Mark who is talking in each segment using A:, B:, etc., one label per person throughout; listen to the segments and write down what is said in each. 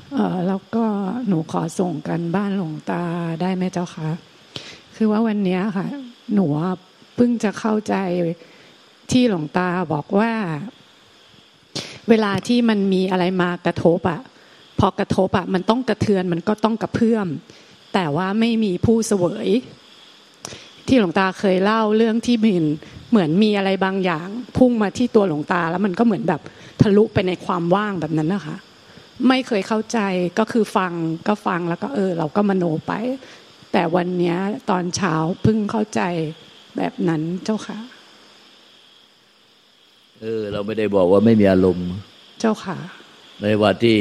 A: แล้วก็หนูขอส่งกันบ้านหลวงตาได้ไหมเจ้าคะคือว่าวันนี้ค่ะหนูเพิ่งจะเข้าใจที่หลวงตาบอกว่าเวลาที่มันมีอะไรมากระทบพอกระทบมันต้องกระเทือนมันก็ต้องกระเพื่อมแต่ว่าไม่มีผู้เสวยที่หลวงตาเคยเล่าเรื่องที่เหมือนมีอะไรบางอย่างพุ่งมาที่ตัวหลวงตาแล้วมันก็เหมือนแบบทะลุไปในความว่างแบบนั้นนะคะไม่เคยเข้าใจก็คือฟังแล้วก็เราก็มโนไปแต่วันนี้ตอนเช้าเพิ่งเข้าใจแบบนั้นเจ้าค่ะ
B: เราไม่ได้บอกว่าไม่มีอารมณ์
A: เจ้าค่ะ
B: ในวันที่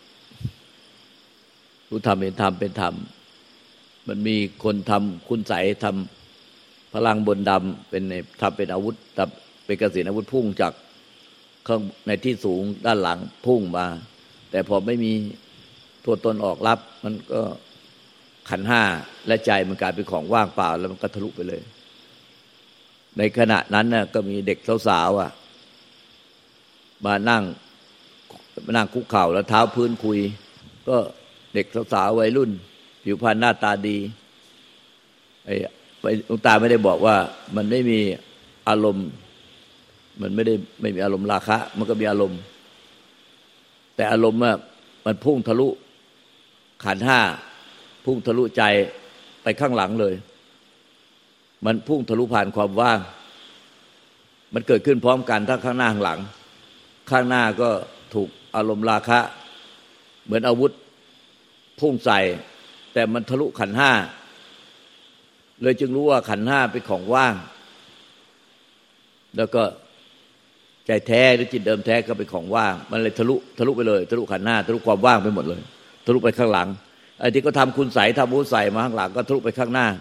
B: รู้ธรรมเห็นธรรมเป็นธรรมมันมีคนทำคุณไสยทำพลังบนดำเป็นทำเป็นอาวุธเป็นกระสินอาวุธพุ่งจากข้างในที่สูงด้านหลังพุ่งมาแต่พอไม่มีตัวตนออกรับมันก็ขันธ์ห้าและใจมันกลายเป็นของว่างเปล่าแล้วมันก็ทะลุไปเลยในขณะนั้นน่ะก็มีเด็กสาวๆมานั่งคุกเข่าแล้วเท้าพื้นคุยก็เด็กสาวๆวัยรุ่นผิวพรรณหน้าตาดีหลวงตาไม่ได้บอกว่ามันไม่มีอารมณ์มันไม่มีอารมณ์ราคะมันก็มีอารมณ์แต่อารมณ์มันพุ่งทะลุขันธ์ห้าพุ่งทะลุใจไปข้างหลังเลยมันพุ่งทะลุผ่านความว่างมันเกิดขึ้นพร้อมกันทั้งข้างหน้าข้างหลังข้างหน้าก็ถูกอารมณ์ราคะเหมือนอาวุธพุ่งใส่แต่มันทะลุขันธ์ห้าเลยจึงรู้ว่าขันธ์ห้าเป็นของว่างแล้วก็ใจแท้หรือจิตเดิมแท้ก็เป็นของว่างมันเลยทะลุไปเลยทะลุขันธ์ห้าทะลุความว่างไปหมดเลยทะลุไปข้างหลังไอ้ที่ก็ทำคุณไสยทำมุใส่มาข้างหลังก็ทะลุไปข้างหน้า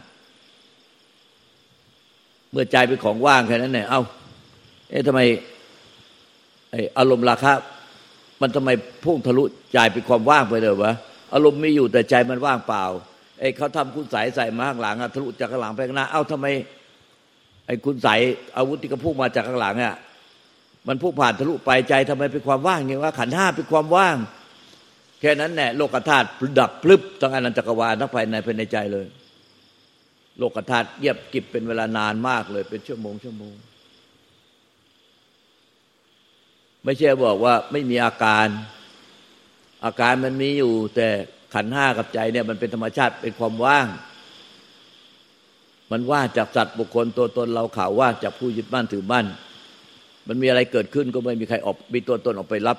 B: เมื่อใจเป็นของว่างแค่นั้นเนี่ยทำไมอารมณ์ราคะมันทำไมพุ่งทะลุใจเป็นความว่างไปเลยวะอารมณ์มีอยู่แต่ใจมันว่างเปล่าเขาทำคุณไสยใส่มาข้างหลังทะลุจากข้างหลังไปข้างหน้าทำไมคุณไสยอาวุธที่ก็พุ่งมาจากข้างหลังมันพุ่งผ่านทะลุไปใจทำไมเป็นความว่างไงว่าขันธ์ห้าเป็นความว่างแค่นั้นแหละโลกธาตุดับพลึบทั้งอนันตจักรวาลทั้งภายในใจเลยโลกธาตุเงียบกริบเป็นเวลานานมากเลยเป็นชั่วโมงไม่ใช่บอกว่าไม่มีอาการมันมีอยู่แต่ขันธ์ห้ากับใจเนี่ยมันเป็นธรรมชาติเป็นความว่างมันว่างจากสัตว์บุคคลตัวตนเราเขาว่างจากผู้ยึดมั่นถือมั่นมันมีอะไรเกิดขึ้นก็ไม่มีใครออกมีตัวตนออกไปรับ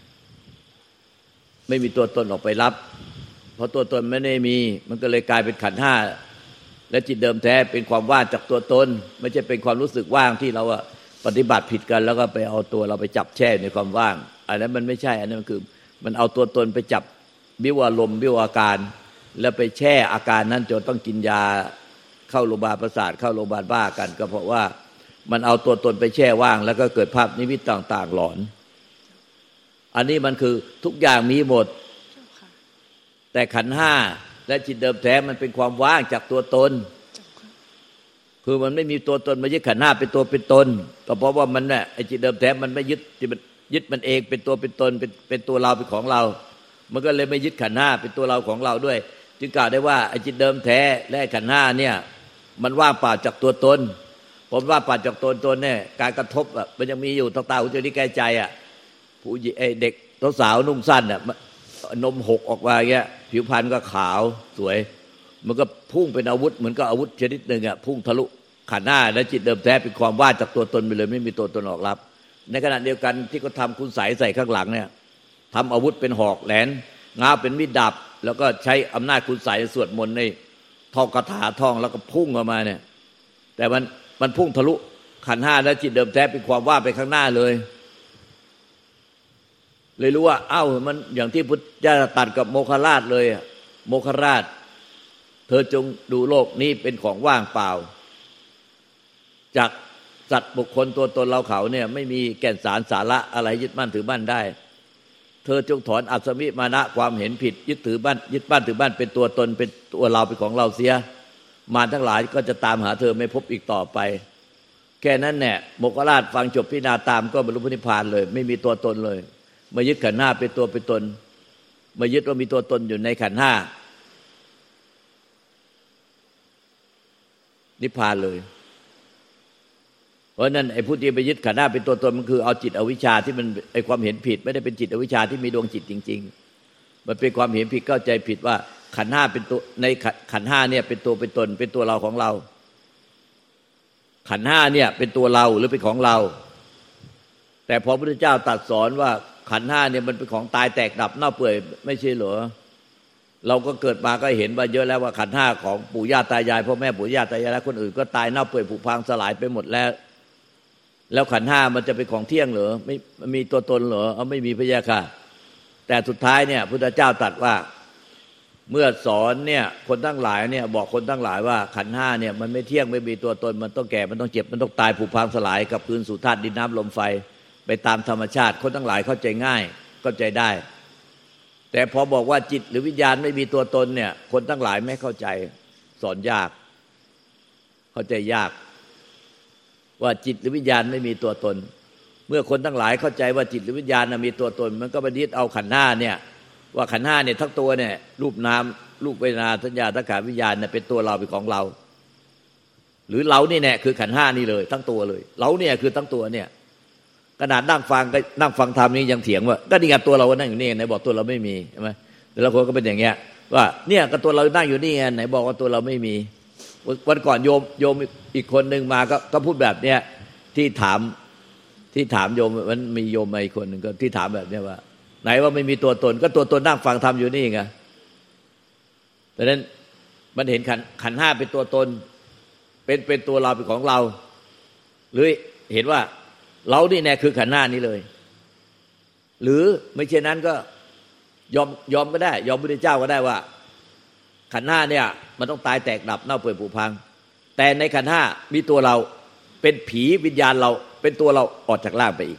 B: ไม่มีตัวตนออกไปรับเพราะตัวตนไม่ได้มีมันก็เลยกลายเป็นขันธ์ห้าและจิตเดิมแท้เป็นความว่างจากตัวตนไม่ใช่เป็นความรู้สึกว่างที่เราปฏิบัติผิดกันแล้วก็ไปเอาตัวเราไปจับแช่ในความว่างอันนั้นมันไม่ใช่อันนั้นมันคือมันเอาตัวตนไปจับวิวารมณ์วิวอาการแล้วไปแช่อาการนั้นจนต้องกินยาเข้าโรงพยาบาลประสาทเข้าโรงพยาบาลบ้ากันก็เพราะว่ามันเอาตัวตนไปแช่ว่างแล้วก็เกิดภาพนิมิตต่างๆหลอนอันนี้มันคือทุกอย่างมีหมดแต่ขันธ์ห้าและจิตเดิมแท้มันเป็นความว่างจากตัวตนคือมันไม่มีตัวตนมายึดขันธ์ห้าเป็นตัวเป็นตนก็เพราะว่ามันเนี่ยไอ้จิตเดิมแท้มันไม่ยึดมันเองเป็นตัวเป็นตนเป็นตัวเราเป็นของเรามันก็เลยไม่ยึดขันธ์ห้าเป็นตัวเราของเราด้วยจึงกล่าวได้ว่าไอ้จิตเดิมแท้และขันธ์ห้าเนี่ยมันว่างเปล่าจากตัวตนผมว่าปัจจักตนเนี่ยการกระทบมันยังมีอยู่ตาหูจมูกลิ้นกายใจผู้เด็กสาวนุ่งสั้นนมหกออกมาอย่างเงี้ยผิวพรรณก็ขาวสวยมันก็พุ่งเป็นอาวุธเหมือนกับอาวุธชนิดหนึ่งพุ่งทะลุขันธ์ห้าและจิตเดิมแท้เป็นความว่างจากตัวตนไปเลยไม่มีตัวตนออกรับในขณะเดียวกันที่เขาทำคุณไสยใส่ข้างหลังเนี่ยทำอาวุธเป็นหอกแหลมง้าวเป็นมีดดาบแล้วก็ใช้อำนาจคุณไสยสวดมนต์ในท่องคาถาท่องแล้วก็พุ่งออกมาเนี่ยแต่มันพุ่งทะลุขันธ์ห้าและจิตเดิมแท้เป็นความว่างไปข้างหน้าเลยรู้ว่ามันอย่างที่พุทธเจ้าตรัสกับโมคคัลลาชเลยโมคคัลลาชเธอจงดูโลกนี้เป็นของว่างเปล่าจากสัตว์บุคคลตัวตนเราเขาเนี่ยไม่มีแก่นสารสาระอะไรยึดมั่นถือมั่นได้เธอจงถอนอัศมิมานะความเห็นผิดยึดมั่นถือมั่นเป็นตัวตนเป็นตัวเราเป็นของเราเสียมารทั้งหลายก็จะตามหาเธอไม่พบอีกต่อไปแค่นั้นแหละโมคคัลลาชฟังจบพิจารณาตามก็บรรลุพระนิพพานเลยไม่มีตัวตนเลยมายึดขันธ์ห้าเป็นตัวเป็นตนมายึดว่ามีตัวตนอยู่ในขันธ์ห้านิพพานเลยเพราะนั้นไอ้ผู้ที่ไปยึดขันธ์ห้าเป็นตัวตนมันคือเอาจิตอวิชชาที่มันไอ้ความเห็นผิดไม่ได้เป็นจิตอวิชชาที่มีดวงจิตจริงๆมันเป็นความเห็นผิดเข้าใจผิดว่าขันธ์ห้าเป็นตัวในขันธ์ห้าเนี่ยเป็นตัวเป็นตนเป็นตัวเราของเราขันธ์ห้าเนี่ยเป็นตัวเราหรือเป็นของเราแต่พอพระพุทธเจ้าตรัสสอนว่าขันธ์ห้าเนี่ยมันเป็นของตายแตกดับเน่าเปื่อยไม่ใช่เหรอเราก็เกิดมาก็เห็นมาเยอะแล้วว่าขันธ์ห้าของปู่ย่าตายายพ่อแม่ปู่ย่าตายายและคนอื่นก็ตายเน่าเปื่อยผุพังสลายไปหมดแล้วขันธ์ห้ามันจะเป็นของเที่ยงเหรอไม่มีตัวตนเหรอเอาไม่มีพยาค่ะแต่สุดท้ายเนี่ยพุทธเจ้าตรัสว่าเมื่อสอนเนี่ยคนทั้งหลายเนี่ยบอกคนทั้งหลายว่าขันธ์ห้าเนี่ยมันไม่เที่ยงไม่มีตัวตนมันต้องแก่มันต้องเจ็บมันต้องตายผุพังสลายกับคืนสู่ธาตุดินน้ำลมไฟไปตามธรรมชาติคนทั้งหลายเข้าใจง่ายเข้าใจได้แต่พอบอกว่าจิตหรือวิญญาณไม่มีตัวตนเนี่ยคนทั้งหลายไม่เข้าใจสอนยากเข้าใจยากว่าจิตหรือวิญญาณไม่มีตัวตนเมื่อคนทั้งหลายเข้าใจว่าจิตหรือวิญญาณมีตัวตนมันก็ไปยึดเอาขันธ์ห้าเนี่ยว่าขันธ์ห้าเนี่ยทั้งตัวเนี่ยรูปนามรูปเวทนาสัญญาสังขารวิญญาณเนี่ยเป็นตัวเราเป็นของเราหรือเรานี่แน่คือขันธ์ห้านี่เลยทั้งตัวเลยเราเนี่ยคือทั้งตัวเนี่ยขนาดนั่งฟังธรรมนี้ยังเถียงว่าก็นี่ไงตัวเรานั่งอยู่นี่ไหนบอกตัวเราไม่มีใช่ไหมแต่ละคนก็เป็นอย่างเงี้ยว่าเนี่ยก็ตัวเรานั่งอยู่นี่ไงไหนบอกว่าตัวเราไม่มีวันก่อนโยมอีกคนนึงมาก็พูดแบบเนี้ยที่ถามโยมมันมีโยมมาอีกคนนึงก็ที่ถามแบบเนี้ยว่าไหนว่าไม่มีตัวตนก็ตัวตนนั่งฟังธรรมอยู่นี่ไงดังนั้นมันเห็นขันธ์ห้าเป็นตัวตนเป็นตัวเราเป็นของเราหรือเห็นว่าเรานี่แน่คือขันธ์ห้านี้เลยหรือไม่เช่นนั้นก็ยอมก็ได้ยอมพระพุทธเจ้าก็ได้ว่าขันธ์ห้าเนี่ยมันต้องตายแตกดับเน่าเปื่อยผุพังแต่ในขันธ์ห้ามีตัวเราเป็นผีวิญญาณเราเป็นตัวเราออกจากร่างไปอีก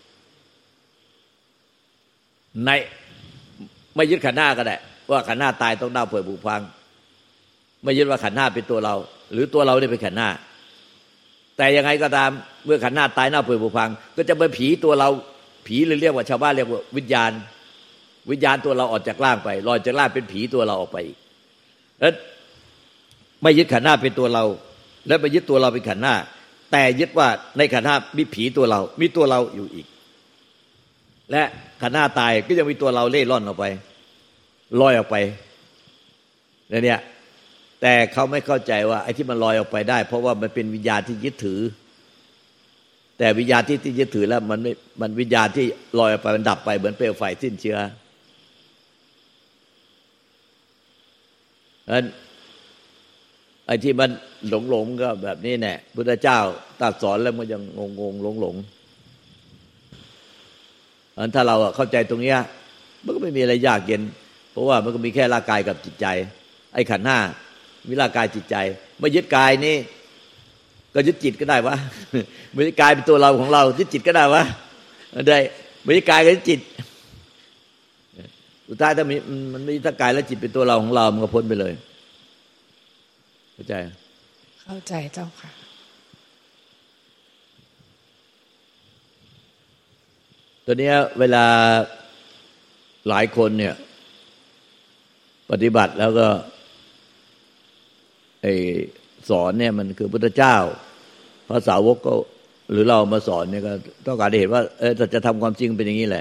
B: ในไม่ยึดขันธ์ห้าก็ได้ว่าขันธ์ห้าตายต้องเน่าเปื่อยผุพังไม่ยึดว่าขันธ์ห้าเป็นตัวเราหรือตัวเราได้เป็นขันธ์ห้าแต่ยังไงก็ตามเมื่อขันธ์ห้าตายเน่าเปื่อยผุพังก็จะเป็นผีตัวเราผีหรือเรียกว่าชาวบ้านเรียกว่าวิญญาณตัวเราออกจากร่างไปลอยจากร่างเป็นผีตัวเราออกไปอีกแล้วไม่ยึดขันธ์ห้าเป็นตัวเราและไปยึดตัวเราเป็นขันธ์ห้าแต่ยึดว่าในขันธ์ห้ามีผีตัวเรามีตัวเราอยู่อีกและขันธ์ห้าตายก็ยังมีตัวเราเล่ร่อนออกไปลอยออกไปเนี่ยแต่เขาไม่เข้าใจว่าไอ้ที่มันลอยออกไปได้เพราะว่ามันเป็นวิญญาณที่ยึดถือแต่วิญญาณที่ยึดถือแล้วมันวิญญาณที่ลอยออกไปมันดับไปเหมือนเปลวไฟสิ้นเชื้อไอ้ที่มันหลงก็แบบนี้แน่พุทธเจ้าตรัสสอนแล้วมันยังงงหลงถ้าเราเข้าใจตรงนี้มันก็ไม่มีอะไรยากเย็นเพราะว่ามันก็มีแค่ร่างกายกับจิตใจไอ้ขันธ์ห้ามีร่างกายจิตใจไม่ยึดกายนี่ก็ยึดจิตก็ได้วะไม่ยึดกายเป็นตัวเราของเรายึดจิตก็ได้วะได้ไม่ยึดกายก็ยึดจิตสุดท้ายถ้ามันไม่ยึดกายแล้วจิตเป็นตัวเราของเรามันก็พ้นไปเลยเข้าใจ
A: เจ้าค่ะ
B: ตัวเนี้ยเวลาหลายคนเนี่ยปฏิบัติแล้วก็สอนเนี่ยมันคือพุทธเจ้าพระสาวกก็หรือเรามาสอนเนี่ยก็ต้องการเห็นว่าถ้าจะทำความจริงเป็นอย่างนี้แหละ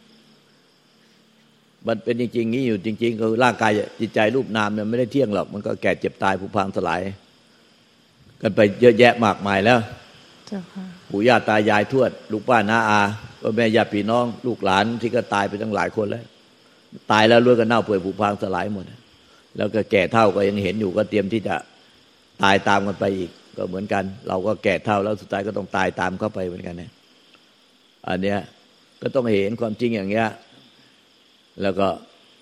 B: มันเป็นจริงๆนี้อยู่จริงๆคือร่างกายจิตใจรูปนามเนี่ยไม่ได้เที่ยงหรอกมันก็แก่เจ็บตายผุพังสลายกันไปเยอะแยะมากมายแล้วปู่ย่าตายายทวดลูกป้าน้าอาพ่อแม่ญาติพี่น้องลูกหลานที่ก็ตายไปตั้งหลายคนแล้วตายแล้วล้วนกันเน่าเปื่อยผุพังสลายหมดแล้วก็แก่เท่าก็ยังเห็นอยู่ก็เตรียมที่จะตายตามกันไปอีกก็เหมือนกันเราก็แก่เท่าแล้วสุดท้ายก็ต้องตายตามเข้าไปเหมือนกันนะอันเนี้ยก็ต้องเห็นความจริงอย่างเงี้ยแล้วก็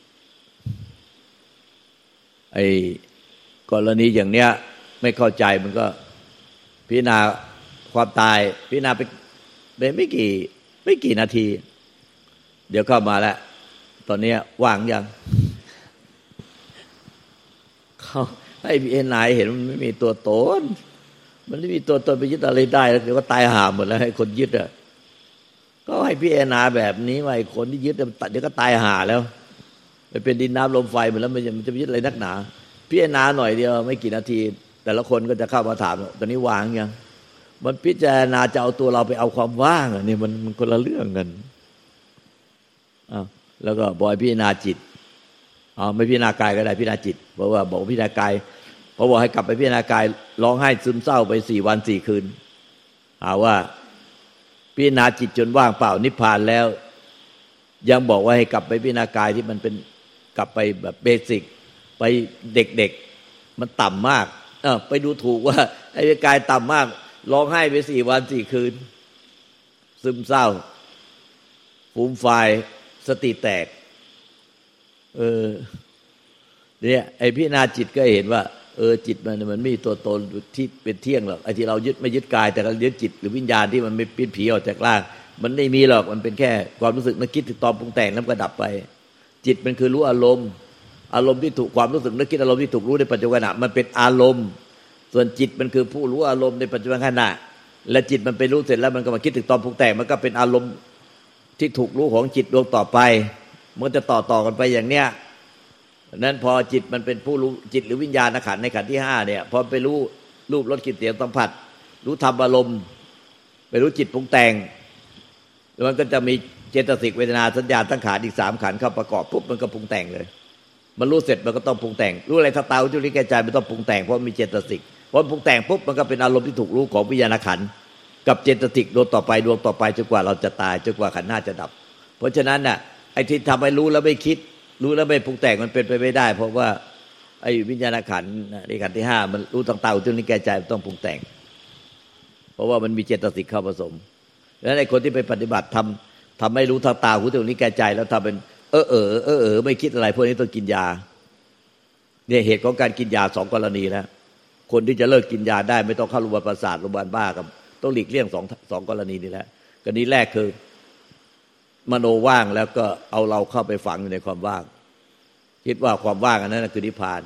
B: ไอ้กรณีอย่างเนี้ยไม่เข้าใจมันก็พิจารณาความตายพิจารณาไปไม่กี่นาทีเดี๋ยวเข้ามาแล้วตอนนี้ว่างยังเขาให้พิจารณาเห็นมันไม่มีตัวตนมันไม่มีตัวตนไปยึดอะไรได้แล้วเดี๋ยวก็ตายห่าหมดแล้วให้คนยึดอ่ะก็ให้พิจารณาแบบนี้ว่าคนที่ยึดเดี๋ยวก็ตายห่าแล้วเป็นดินน้ำลมไฟหมดแล้วมันจะยึดอะไรนักหนาพิจารณาหน่อยเดียวไม่กี่นาทีแต่ละคนก็จะเข้ามาถามตอนนี้วางยังมันพิจารณาจะเอาตัวเราไปเอาความว่างนี่มันคนละเรื่องกันแล้วก็บอยพิจารณาจิตไม่พิจารณากายก็ได้พิจารณาจิตเพราะว่าบอกพิจารณากายเพราะบอกให้กลับไปพิจารณากายร้องไห้ซึมเศร้าไป4 วัน4 คืนว่าพิจารณาจิตจนว่างเปล่านิพพานแล้วยังบอกว่าให้กลับไปพิจารณากายที่มันเป็นกลับไปแบบเบสิกไปเด็กๆมันต่ำมากไปดูถูกว่าไอ้กายต่ำมากร้องไห้ไป4 วัน4 คืนซึมเศร้าฟูมไฟสติแตกเนี่ยไอ้พิจารณาจิตก็เห็นว่าจิตมันไม่มีตัวตนที่เป็นเที่ยงหรอกไอ้ที่เรายึดไม่ยึดกายแต่เรายึดจิตหรือวิญญาณที่มันไม่เป็นผีออกจากร่างมันไม่มีหรอกมันเป็นแค่ความรู้สึกนึกคิดตอนปรุงแต่งแล้วก็ดับไปจิตมันคือรู้อารมณ์ที่ถูกความรู้สึกนึกคิดอารมณ์ที่ถูกรู้ในปัจจุบันขณะมันเป็นอารมณ์ส่วนจิตมันคือผู้รู้อารมณ์ในปัจจุบันขณะและจิตมันไปรู้เสร็จแล้วมันก็มาคิดถึงตอนปรุงแต่งมันก็เป็นอารมณ์ที่ถูกรู้ของจิตดวงต่อไปมันจะต่อกันไปอย่างเนี้ยนั้นพอจิตมันเป็นผู้รู้จิตหรือวิญญาณขันธ์ในขันธ์ที่5เนี่ยพอไปรู้รูปรสกลิ่นเสียงสัมผัสรู้ธรรมอารมณ์ไปรู้จิตปรุงแต่งแล้วมันก็จะมีเจตสิกเวทนาสัญญาสังขารอีก3 ขันธ์เข้าประกอบปุ๊บมันก็ปรุงแต่งเลยมันรู้เสร็จมันก็ต้องปรุงแต่งรู้อะไรตาหูจมูกลิ้นกายใจมันต้องปรุงแต่งเพราะมีเจตสิกพอปรุงแต่งปุ๊บมันก็เป็นอารมณ์ที่ถูกรู้ของวิญญาณขันธ์กับเจตสิกดวงต่อไปจนกว่าเราจะตายจนกว่าขันธ์5จะดับเพราะฉะนั้นน่ะไอ้ที่ทำให้รู้แล้วไม่คิดรู้แล้วไม่ปรุงแต่งมันเป็นไปไม่ได้เพราะว่าไอ้วิญญาณขันธ์ในขันธ์ที่5มันรู้ต่างๆจนนี้แก่ใจมันต้องปรุงแต่งเพราะว่ามันมีเจตสิกเข้าผสมแล้วไอ้คนที่ไปปฏิบัติทำให้รู้ทางตาหูจมูกลิ้นกายใจแล้วทำเป็นไม่คิดอะไรพวกนี้ต้องกินยาเนี่ยเหตุของการกินยา2 กรณีแล้วคนที่จะเลิกกินยาได้ไม่ต้องเข้าโรงพยาบาลประสาทโรงพยาบาลบ้ากับต้องหลีกเลี่ยง2 กรณีนี้แหละกรณีแรกคือมโนว่างแล้วก็เอาเราเข้าไปฝังอยู่ในความว่างคิดว่าความว่างอันนั้นคือนิพพาน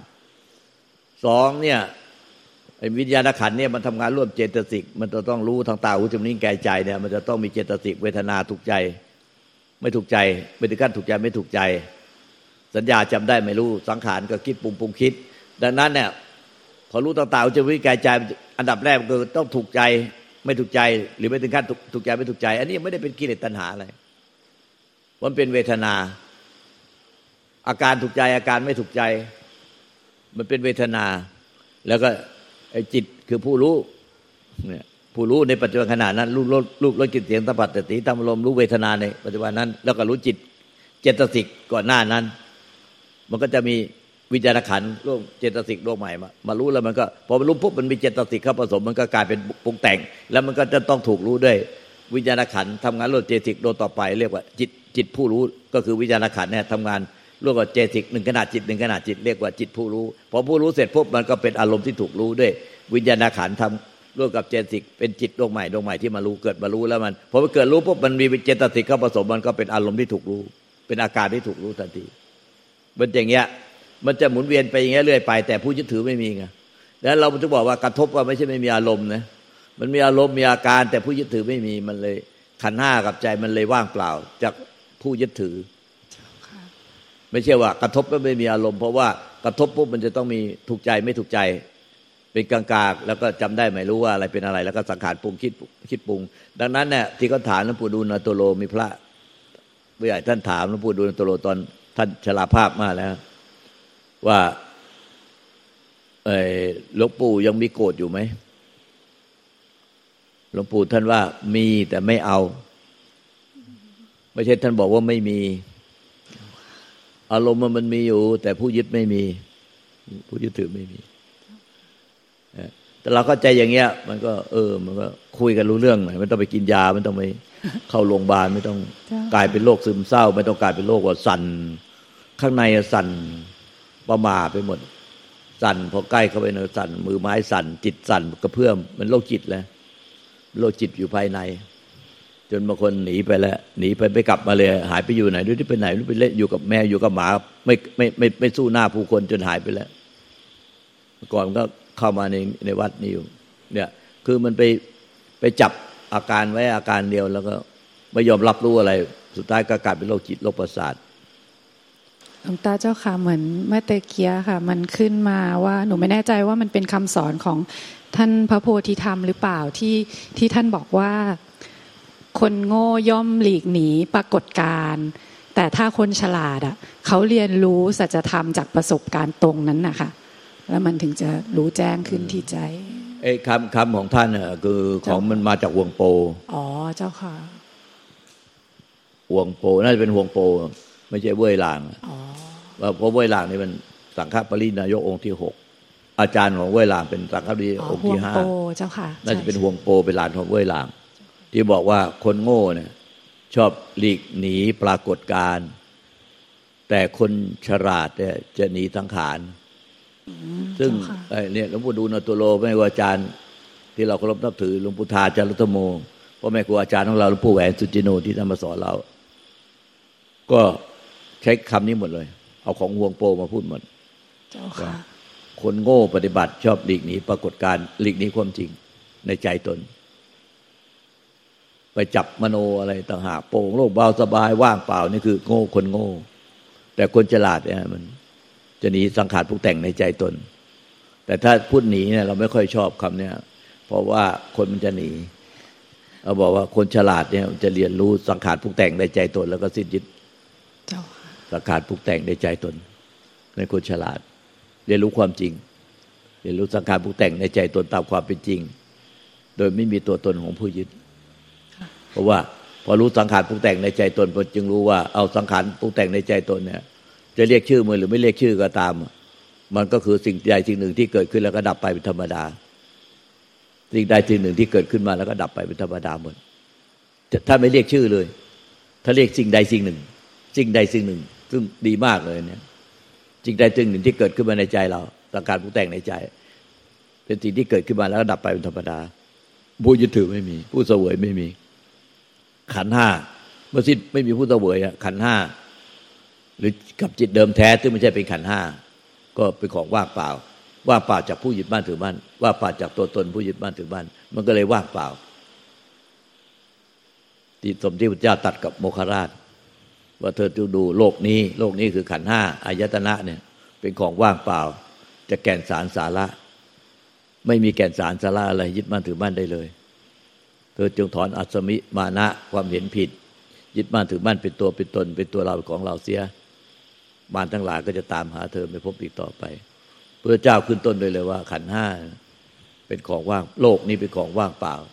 B: 2เนี่ยไอ้วิญญาณขันธ์เนี่ยมันทำงานร่วมเจตสิกมันจะต้องรู้ทางตาหูจมูกลิ้นกายใจเนี่ยมันจะต้องมีเจตสิกเวทนาถูกใจไม่ถูกใจไม่ถึงขั้นถูกใจไม่ถูกใจสัญญาจำได้ไม่รู้สังขารก็คิดปรุงคิดดังนั้นเนี่ยพอรู้ทางตาหูจมูกลิ้นกายใจอันดับแรกก็ต้องถูกใจไม่ถูกใจหรือไม่ถึงขั้นถูกใจไม่ถูกใจอันนี้ไม่ได้เป็นกิเลสตัณหาอะไรมันเป็นเวทนาอาการถูกใจอาการไม่ถูกใจมันเป็นเวทนาแล้วก็ไอ้จิตคือผู้รู้เนี่ยผู้รู้ในปัจจุบันขณะนั้นรูปรสกลิ่นเสียงสัมผัสสติธรรมอารมณ์รู้เวทนาในปัจจุบันนั้นแล้วก็รู้จิตเจตสิกก่อนหน้านั้นมันก็จะมีวิญญาณขันธ์ร่วมเจตสิกดวงใหม่มารู้แล้วมันก็พอมันรู้ปุ๊บมันมีเจตสิกเข้าผสมมันก็กลายเป็นปรุงแต่งแล้วมันก็จะต้องถูกรู้ด้วยวิญญาณขันธ์ทำงานร่วมเจตสิกดวงต่อไปเรียกว่าจิตผู้รู้ก็คือวิญญาณขันธ์เนี่ยทำงานร่วมกับเจตสิก1 ขณะจิต1 ขณะจิตเรียกว่าจิตผู้รู้พอผู้รู้เสร็จปุ๊บมันก็เป็นอารมณ์ที่ถูกรู้ด้วยวิญญาณขันธ์ทำร่วมกับเจตสิกเป็นจิตดวงใหม่ที่มารู้เกิดมารู้แล้วมันพอมันเกิดรู้ปุ๊บมันมีเจตสิกเข้าผสมมันก็เป็นอารมณ์ที่ถูกรู้เป็นอาการที่ถูกรู้ทันทีมันอย่างเงี้ยมันจะหมุนเวียนไปอย่างเงี้ยเรื่อยไปแต่ผู้ยึดถือไม่มีไงแล้วเราจะบอกว่ากระทบว่าไม่ใช่ไม่มีอารมณ์นะมันมีอารมณ์มีอาการแต่ผู้ยึดถือไม่มีมันเลยขันธ์5กับใจมันเลยว่างเปล่าจากผู้ยึดถือไม่ใช่ว่ากระทบก็ไม่มีอารมณ์เพราะว่ากระทบปุ๊บมันจะต้องมีถูกใจไม่ถูกใจเป็นกลางๆแล้วก็จำได้ไม่รู้ว่าอะไรเป็นอะไรแล้วก็สังขารปรุงคิดปรุงดังนั้นเนี่ยที่เขาถามหลวงปู่ดูลย์โตโลมีพระผู้ใหญ่ท่านถามหลวงปู่ดูลย์โตโลตอนท่านชราภาพมาแล้วว่าหลวงปู่ยังมีโกรธอยู่ไหมหลวงปู่ท่านว่ามีแต่ไม่เอาไม่ใช่ท่านบอกว่าไม่มีอารมณ์มันมีอยู่แต่ผู้ยึดไม่มีผู้ยึดถือไม่มีแต่เราเข้าใจอย่างเงี้ยมันก็มันก็คุยกันรู้เรื่องหน่อยไม่ต้องไปกินยาไม่ต้องไปเข้าโรงพยาบาลไม่ต้องกลายเป็นโรคซึมเศร้าไม่ต้องกลายเป็นโรคว่าสั่นข้างในสั่นประมาไปหมดสั่นพอใกล้เข้าไปในสั่นมือไม้สั่นจิตสั่นกระเพื่อมมันโรคจิตแล้วโรคจิตอยู่ภายในจนบางคนหนีไปแล้วหนีไปไม่กลับมาเลยหายไปอยู่ไหนดูที่ไปไหนรู้ไปเล่นอยู่กับแมวอยู่กับหมาไม่สู้หน้าผู้คนจนหายไปแล้วก่อนก็เข้ามาในวัดนี้อยู่เนี่ยคือมันไปจับอาการไว้อาการเดียวแล้วก็ไม่ยอมรับรู้อะไรสุดท้ายก็กลายเป็นโรคจิตโรคประสาท
A: หลวงตาเจ้าค่ะเหมือนเมื่อตะเกียค่ะมันขึ้นมาว่าหนูไม่แน่ใจว่ามันเป็นคำสอนของท่านพระโพธิธรรมหรือเปล่าที่ท่านบอกว่าคนโง่ย่อมหลีกหนีปรากฏการณ์แต่ถ้าคนฉลาดอ่ะเขาเรียนรู้สัจธรรมจากประสบการณ์ตรงนั้นนะคะแล้วมันถึงจะรู้แจ้งขึ้นที่ใจ
B: คำของท่านน่ะคือของมันมาจากห่วงโป
A: อ๋อเจ้าค่ะ
B: ห่วงโปน่าจะเป็นห่วงโปไม่ใช่เว่ยหลางเพราะเว่ยหลางนี่เป็นสังฆปรินายกองค์ที่6อาจารย์ของเว่ยหลางเป็นสังฆปรินายกองค์ที่5
A: เจ้าค่ะ
B: น่าจะเป็นห่วงโปเป็นหลานของเว่ยหลางที่บอกว่าคนโง่เนี่ยชอบหลีกหนีปรากฏการณ์แต่คนฉลาดเนี่ยจะหนีสังขารซึ่งเนี่ยหลวงปู่ดูลตัวโลแม่ครูอาจารย์ที่เราเคารพนับถือหลวงปู่ทาจารุธโมพ่อแม่ครูอาจารย์ของเราหลวงปู่แหวนสุจิโนที่ท่านมาสอนเราก็ใช้คำนี้หมดเลยเอาของห่วงโปมาพูดหมด
A: เจ้าค่ะ
B: คนโง่ปฏิบัติชอบหลีกหนีปรากฏการณ์หลีกหนีความจริงในใจตนไปจับมโนอะไรต่างหากโปร่งโล่งเบาสบายว่างเปล่านี่คือโง่คนโง่แต่คนฉลาดเนี่ยมันจะหนีสังขารปรุงแต่งในใจตนแต่ถ้าพูดหนีเนี่ยเราไม่ค่อยชอบคำเนี้ยเพราะว่าคนมันจะหนีเราบอกว่าคนฉลาดเนี่ยจะเรียนรู้สังขารปรุงแต่งในใจตนแล้วก็สิ้นยึดสังขารปรุงแต่งในใจตนในคนฉลาดเรียนรู้ความจริงเรียนรู้สังขารปรุงแต่งในใจตนตามความเป็นจริงโดยไม่มีตัวตนของผู้ยึดเพราะว่าพอรู้สังขารปรุงแต่งในใจตนจึงรู้ว่าเอาสังขารปรุงแต่งในใจตนเนี่ยจะเรียกชื่อมันหรือไม่เรียกชื่อก็ตามมันก็คือสิ่งใดสิ่งหนึ่งที่เกิดขึ้นแล้วก็ดับไปเป็นธรรมดาสิ่งใดสิ่งหนึ่งที่เกิดขึ้นมาแล้วก็ดับไปเป็นธรรมดาหมดถ้าไม่เรียกชื่อเลยถ้าเรียกสิ่งใดสิ่งหนึ่งสิ่งใดสิ่งหนึ่งซึ่งดีมากเลยเนี่ยสิ่งใดสิ่งหนึ่งที่เกิดขึ้นมาในใจเราสังขารปรุงแต่งในใจเป็นสิ่งที่เกิดขึ้นมาแล้วก็ดับไปเป็นธรรมดาผู้ยึดถือไม่มีผู้เสวยไม่มีขันธ์5เมื่อสิ้นไม่มีผู้เสวยขันธ์5หรือกับจิตเดิมแท้ซึ่งไม่ใช่เป็นขันธ์5ก็เป็นของว่างเปล่าว่างเปล่าจากผู้ยึดมั่นถือมั่นว่างเปล่าจากตัวตนผู้ยึดมั่นถือมั่นมันก็เลยว่างเปล่าที่สมที่พระเจ้าตรัสกับโมคคัลลาชว่าเธอจะดูโลกนี้คือขันธ์5อายตนะเนี่ยเป็นของว่างเปล่าจะแก่นสารสาระไม่มีแก่นสารสาระอะไรยึดมั่นถือมั่นได้เลยเธอจงถอนอัศมิมานะความเห็นผิดยึดมั่นถือมั่นเป็นตัวเป็นตนเป็นตัวเราของเราเสียมารทั้งหลายก็จะตามหาเธอไม่พบอีกต่อไปพระเจ้าขึ้นต้นเลยว่าขันธ์5เป็นของว่างโลกนี้เป็นของว่างเปล่า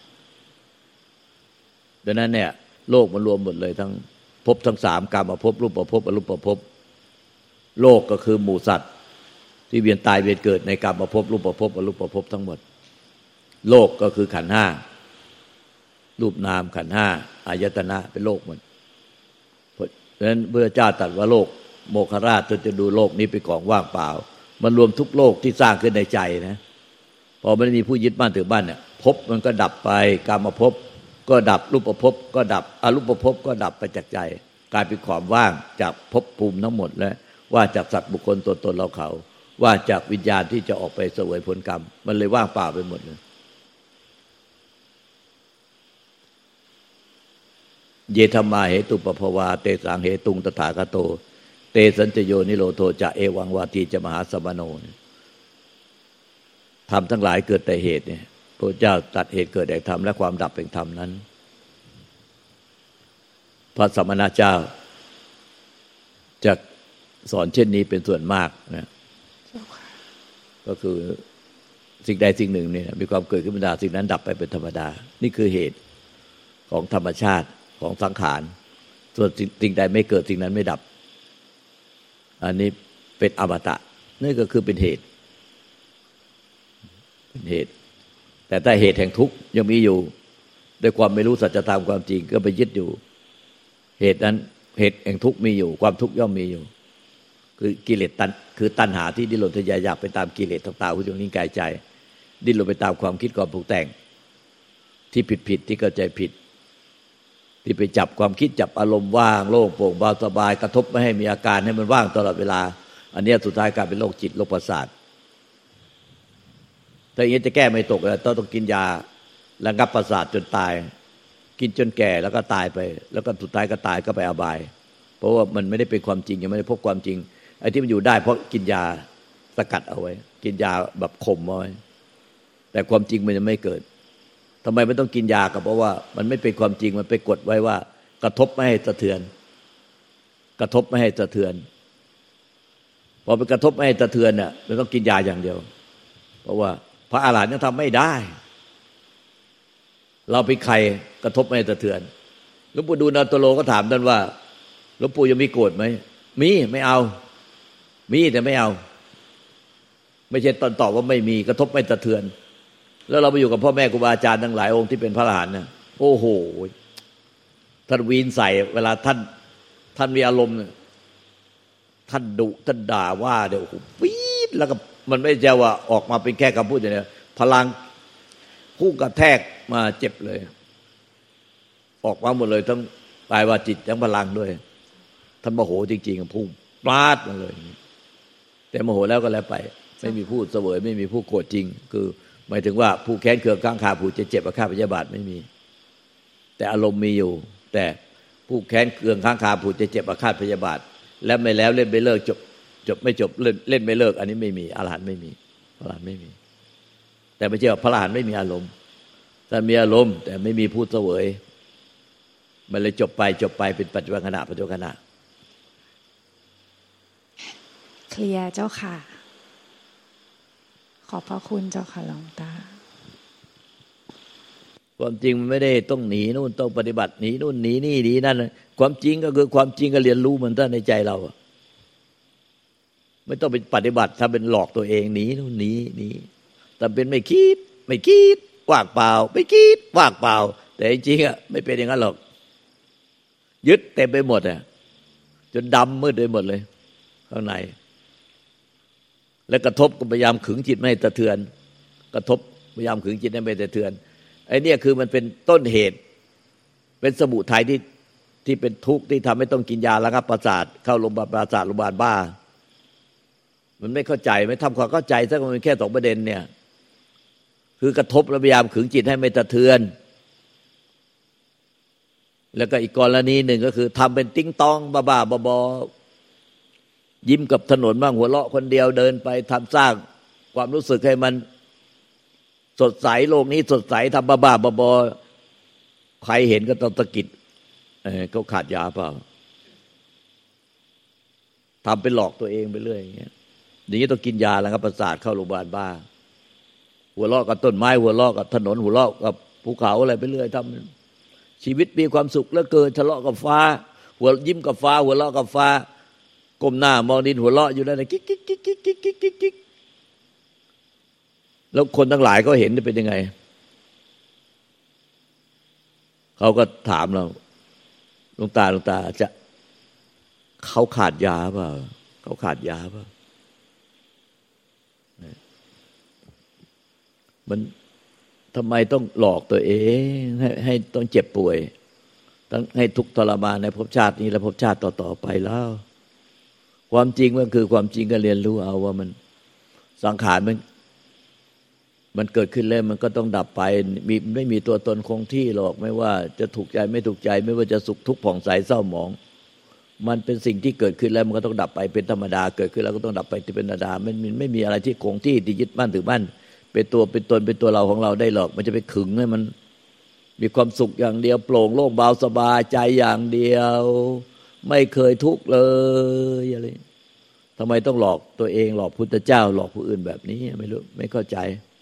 B: ดังนั้นเนี่ยโลกมันรวมหมดเลยทั้งภพทั้ง3กามภพรูปภพอรูปภพโลกก็คือหมู่สัตว์ที่เวียนตายเวียนเกิดในกามภพรูปภพอรูปภพทั้งหมดโลกก็คือขันธ์5รูปนามขันธ์5อายตนะเป็นโลกหมดเพราะฉะนั้นพระเจ้าตรัสว่าโลกโมคคัลลาชจะดูโลกนี้เป็นของว่างเปล่ามันรวมทุกโลกที่สร้างขึ้นในใจนะพอไม่มีผู้ยึดมั่นถือมั่นเนี่ยภพมันก็ดับไปกามภพก็ดับรูปภพก็ดับอรูปภพก็ดับไปจากใจกลายเป็นความว่างจากภพภูมิทั้งหมดแล้วว่าจากสัตว์บุคคลตัวตนเราเขาว่าจากวิญญาณที่จะออกไปเสวยผลกรรมมันเลยว่างเปล่าไปหมดเลยเยธรรมาเหตุปภวาเตสังเหตุงตถาคโตเตสัญจโยนิโรโธจะเอวังวาทีจะมหาสมโนธรรมทั้งหลายเกิดแต่เหตุเนี่ยพระเจ้าตัดเหตุเกิดแห่งธรรมและความดับแห่งธรรมนั้นพระสมณเจ้าจะสอนเช่นนี้เป็นส่วนมากนะก็คือสิ่งใดสิ่งหนึ่งเนี่ยมีความเกิดขึ้นธรรมดาสิ่งนั้นดับไปเป็นธรรมดานี่คือเหตุของธรรมชาติของสังขารส่วนสิ่งใดไม่เกิดสิ่งนั้นไม่ดับอันนี้เป็นอมตะนี่ก็คือเป็นเหตุแต่ถ้าเหตุแห่งทุกข์ยังมีอยู่ด้วยความไม่รู้สัจธรรมความจริงก็ไปยึดอยู่เหตุนั้นเหตุแห่งทุกข์มีอยู่ความทุกข์ย่อมมีอยู่คือกิเลสคือตัณหาที่ดิ้นรนทะเยออยากไปตามกิเลสต่างๆหูจมูกลิ้นกายใจดิ้นรนไปตามความคิดความปรุงแต่งที่ผิดที่เข้าใจผิดที่ไปจับความคิดจับอารมณ์ว่างโล่งโปร่งเบาสบายกระทบไม่ให้มีอาการให้มันว่างตลอดเวลาอันนี้สุดท้ายกลายเป็นโรคจิตโรคประสาทถ้าอย่างนี้จะแก้ไม่ตกเลยต้องกินยาระงับประสาทจนตายกินจนแก่แล้วก็ตายไปแล้วก็สุดท้ายก็ตายก็ไปอบายเพราะว่ามันไม่ได้เป็นความจริงยังไม่ได้พบความจริงไอ้ที่มันอยู่ได้เพราะกินยาสกัดเอาไว้กินยาแบบข่มเอาไว้แต่ความจริงมันจะไม่เกิดทำไมมันต้องกินยาก็เพราะว่ามันไม่เป็นความจริงมันไปกดไว้ว่ากระทบไม่ให้สะเทือนกระทบไม่ให้สะเทือนพอไปกระทบไม่ให้สะเทือนเนี่ยมันต้องกินยาอย่างเดียวเพราะว่าพระอรหันต์ยังทำไม่ได้เราเป็นใครกระทบไม่ให้สะเทือนหลวงปู่ดูลย์นาโตโลก็ถามท่านว่าหลวงปู่ยังมีโกรธไหมมีไม่เอามีแต่ไม่เอาไม่ใช่ตอบว่าไม่มีกระทบไม่สะเทือนแล้วเราไปอยู่กับพ่อแม่ครูบาอาจารย์ทั้งหลายองค์ที่เป็นพระอรหันต์เนี่ยโอ้โหท่านวีนใส่เวลาท่านมีอารมณ์ท่านดุท่านด่าว่าเดี๋ยวโอ้โหปี๊ดแล้วก็มันไม่ใช่ว่าออกมาเป็นแค่คำพูดอย่างเดียวพลังพุ่งกระแทกมาเจ็บเลยออกมาหมดเลยทั้งกายวาจิตทั้งพลังด้วยท่านโมโหจริงๆพุ่งปราดมาเลยแต่โมโหแล้วก็แล้วไปไม่มีผู้เสวยไม่มีผู้โกรธจริงคือหมายถึงว่าผู้แค้นเคืองข้างคาผู้จะเจ็บอาฆาตพยาบาทไม่มีแต่อารมณ์มีอยู่แต่ผู้แค้นเคืองข้างคาผู้จะเจ็บอาฆาตพยาบาทแล้วไม่แล้วเล่นไม่เลิกจบไม่จบเล่นไม่เลิกอันนี้ไม่มีอรหันต์ไม่มีพระอรหันต์ไม่มีแต่ไม่ใช่ว่าพระอรหันต์ไม่มีอารมณ์ท่านมีอารมณ์แต่ไม่มีผู้เสวยมันเลยจบไปเป็นปัจจุบันขณะ
A: เคลียร์เจ้าค่ะขอบพระคุณเจ้าค่ะหลวงตา
B: ความจริงมันไม่ได้ต้องหนีนู่นต้องปฏิบัติหนีนู่นหนีนี่หนีนั่นความจริงก็คือความจริงก็เรียนรู้มันตั้งในใจเราไม่ต้องไปปฏิบัติถ้าเป็นหลอกตัวเองหนีนู่นหนีแต่เป็นไม่คิดว่างเปล่าไม่คิดว่างเปล่าแต่จริงๆไม่เป็นอย่างนั้นหรอกยึดเต็มไปหมดจนดำมืดไปหมดเลยข้างในแล้วกระทบก็พยายามขึงจิตไม่ให้สะเทือนกระทบพยายามขึงจิตไม่ให้สะเทือนไอ้นี่คือมันเป็นต้นเหตุเป็นสมุทัยที่เป็นทุกข์ที่ทำให้ต้องกินยาระงับประสาทเข้าโรงพยาบาลประสาทโรงพยาบาลบ้ามันไม่เข้าใจไม่ทำความเข้าใจซะก็มันแค่2ประเด็นเนี่ยคือกระทบแล้วพยายามขึงจิตให้ไม่สะเทือนแล้วก็อีกกรณีหนึ่งก็คือทำเป็นติ้งต้องบ้าๆบอๆยิ้มกับถนนบ้างหัวเราะคนเดียวเดินไปทำสร้างความรู้สึกให้มันสดใสโลกนี้สดใสทำบ้าๆบอๆใครเห็นก็ต้องตะกิดเขาขาดยาเปล่าทำเป็นหลอกตัวเองไปเรื่อยอย่างเงี้ยอย่างนี้ต้องกินยาแล้วครับประสาทเข้าโรงพยาบาลบ้าหัวเราะกับต้นไม้หัวเราะกับถนนหัวเราะกับภูเขาอะไรไปเรื่อยทำชีวิตมีความสุขเหลือเกินทะเลาะกับฟ้าหัวยิ้มกับฟ้าหัวเราะกับฟ้าก้มหน้ามองดินหัวเราะอยู่นั่นกิ๊กกิ๊กกิ๊กกิ๊กกิ๊กกิ๊กกิ๊กแล้วคนทั้งหลายก็เห็นเป็นยังไงเขาก็ถามเราหลวงตาจะเขาขาดยาเปล่าเขาขาดยาเปล่ามันทำไมต้องหลอกตัวเองให้ต้องเจ็บป่วยต้องให้ทุกข์ทรมานในภพชาตินี้และภพชาติต่อๆไปแล้วความจริงมันคือความจริงก็เรียนรู้เอาว่ามันสังขารมันเกิดขึ้นแล้วมันก็ต้องดับไปไม่มีตัวตนคงที่หรอกไม่ว่าจะถูกใจไม่ถูกใจไม่ว่าจะสุขทุกข์ผ่องใสเศร้าหมองมันเป็นสิ่งที่เกิดขึ้นแล้วมันก็ต้องดับไปเป็นธรรมดาเกิดขึ้นแล้วก็ต้องดับไปเป็นธรรมดาไม่มีอะไรที่คงที่ยึดมั่นถือมั่นเป็นตัวเป็นตนเป็นตัวเราของเราได้หรอกมันจะไปขึงให้มันมีความสุขอย่างเดียวโปร่งโล่งเบาสบายใจอย่างเดียวไม่เคยทุกข์เลยอะไรทำไมต้องหลอกตัวเองหลอกพุทธเจ้าหลอกผู้อื่นแบบนี้ไม่รู้ไม่เข้าใจ